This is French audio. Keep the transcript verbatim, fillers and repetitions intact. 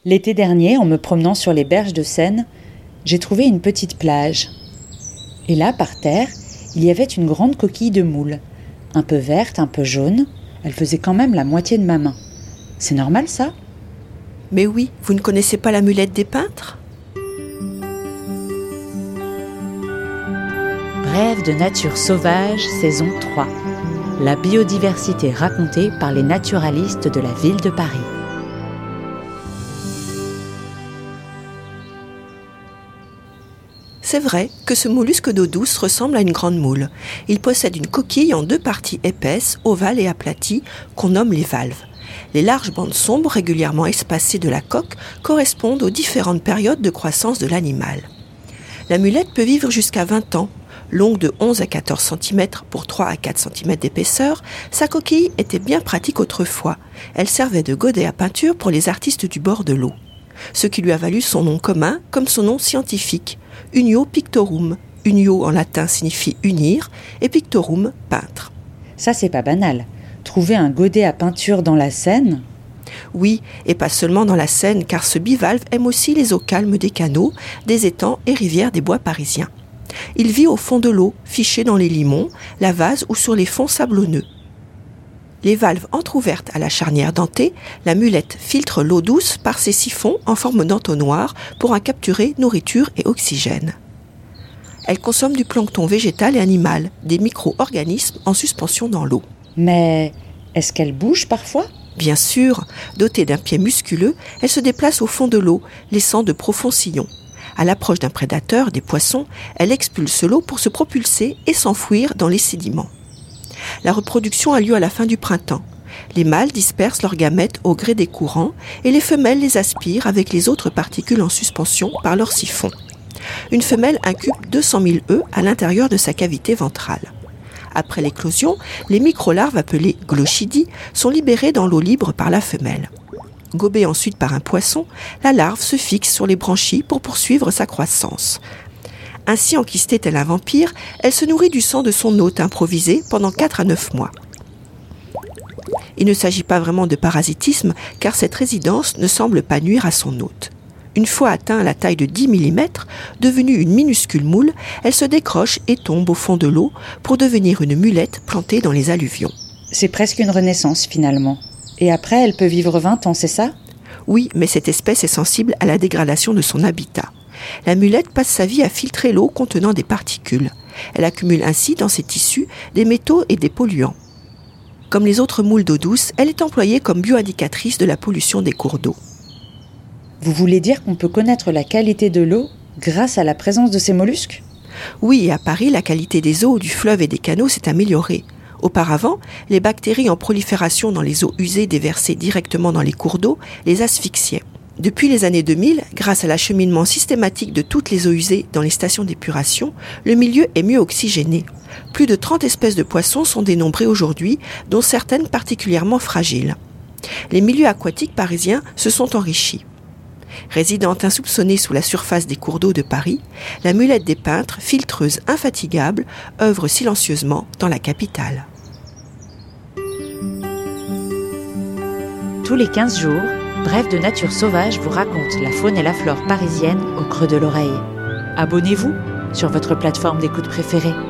L'été dernier, en me promenant sur les berges de Seine, j'ai trouvé une petite plage. Et là, par terre, il y avait une grande coquille de moule, un peu verte, un peu jaune. Elle faisait quand même la moitié de ma main. C'est normal, ça ? Mais oui, vous ne connaissez pas la mulette des peintres ? Brève de nature sauvage, saison trois. La biodiversité racontée par les naturalistes de la ville de Paris. C'est vrai que ce mollusque d'eau douce ressemble à une grande moule. Il possède une coquille en deux parties épaisses, ovales et aplaties, qu'on nomme les valves. Les larges bandes sombres régulièrement espacées de la coque correspondent aux différentes périodes de croissance de l'animal. La mulette peut vivre jusqu'à vingt ans. Longue de onze à quatorze centimètres pour trois à quatre centimètres d'épaisseur, sa coquille était bien pratique autrefois. Elle servait de godet à peinture pour les artistes du bord de l'eau. Ce qui lui a valu son nom commun comme son nom scientifique, Unio pictorum. Unio en latin signifie unir et pictorum, peintre. Ça, c'est pas banal. Trouver un godet à peinture dans la Seine ? Oui, et pas seulement dans la Seine, car ce bivalve aime aussi les eaux calmes des canaux, des étangs et rivières des bois parisiens. Il vit au fond de l'eau, fiché dans les limons, la vase ou sur les fonds sablonneux. Les valves entr'ouvertes à la charnière dentée, la mulette filtre l'eau douce par ses siphons en forme d'entonnoir pour en capturer nourriture et oxygène. Elle consomme du plancton végétal et animal, des micro-organismes en suspension dans l'eau. Mais est-ce qu'elle bouge parfois ? Bien sûr, dotée d'un pied musculeux, elle se déplace au fond de l'eau, laissant de profonds sillons. À l'approche d'un prédateur, des poissons, elle expulse l'eau pour se propulser et s'enfouir dans les sédiments. La reproduction a lieu à la fin du printemps. Les mâles dispersent leurs gamètes au gré des courants et les femelles les aspirent avec les autres particules en suspension par leur siphon. Une femelle incube deux cent mille œufs à l'intérieur de sa cavité ventrale. Après l'éclosion, les micro-larves appelées glochidies sont libérées dans l'eau libre par la femelle. Gobée ensuite par un poisson, la larve se fixe sur les branchies pour poursuivre sa croissance. Ainsi enquistée tel un vampire, elle se nourrit du sang de son hôte improvisé pendant quatre à neuf mois. Il ne s'agit pas vraiment de parasitisme, car cette résidence ne semble pas nuire à son hôte. Une fois atteint la taille de dix millimètres, devenue une minuscule moule, elle se décroche et tombe au fond de l'eau pour devenir une mulette plantée dans les alluvions. C'est presque une renaissance finalement. Et après, elle peut vivre vingt ans, c'est ça ? Oui, mais cette espèce est sensible à la dégradation de son habitat. La mulette passe sa vie à filtrer l'eau contenant des particules. Elle accumule ainsi dans ses tissus des métaux et des polluants. Comme les autres moules d'eau douce, elle est employée comme bioindicatrice de la pollution des cours d'eau. Vous voulez dire qu'on peut connaître la qualité de l'eau grâce à la présence de ces mollusques ? Oui, et à Paris, la qualité des eaux du fleuve et des canaux s'est améliorée. Auparavant, les bactéries en prolifération dans les eaux usées déversées directement dans les cours d'eau les asphyxiaient. Depuis les années deux mille, grâce à l'acheminement systématique de toutes les eaux usées dans les stations d'épuration, le milieu est mieux oxygéné. Plus de trente espèces de poissons sont dénombrées aujourd'hui, dont certaines particulièrement fragiles. Les milieux aquatiques parisiens se sont enrichis. Résidente insoupçonnée sous la surface des cours d'eau de Paris, la mulette des peintres, filtreuse infatigable, œuvre silencieusement dans la capitale. Tous les quinze jours, Brève de nature sauvage vous raconte la faune et la flore parisienne au creux de l'oreille. Abonnez-vous sur votre plateforme d'écoute préférée.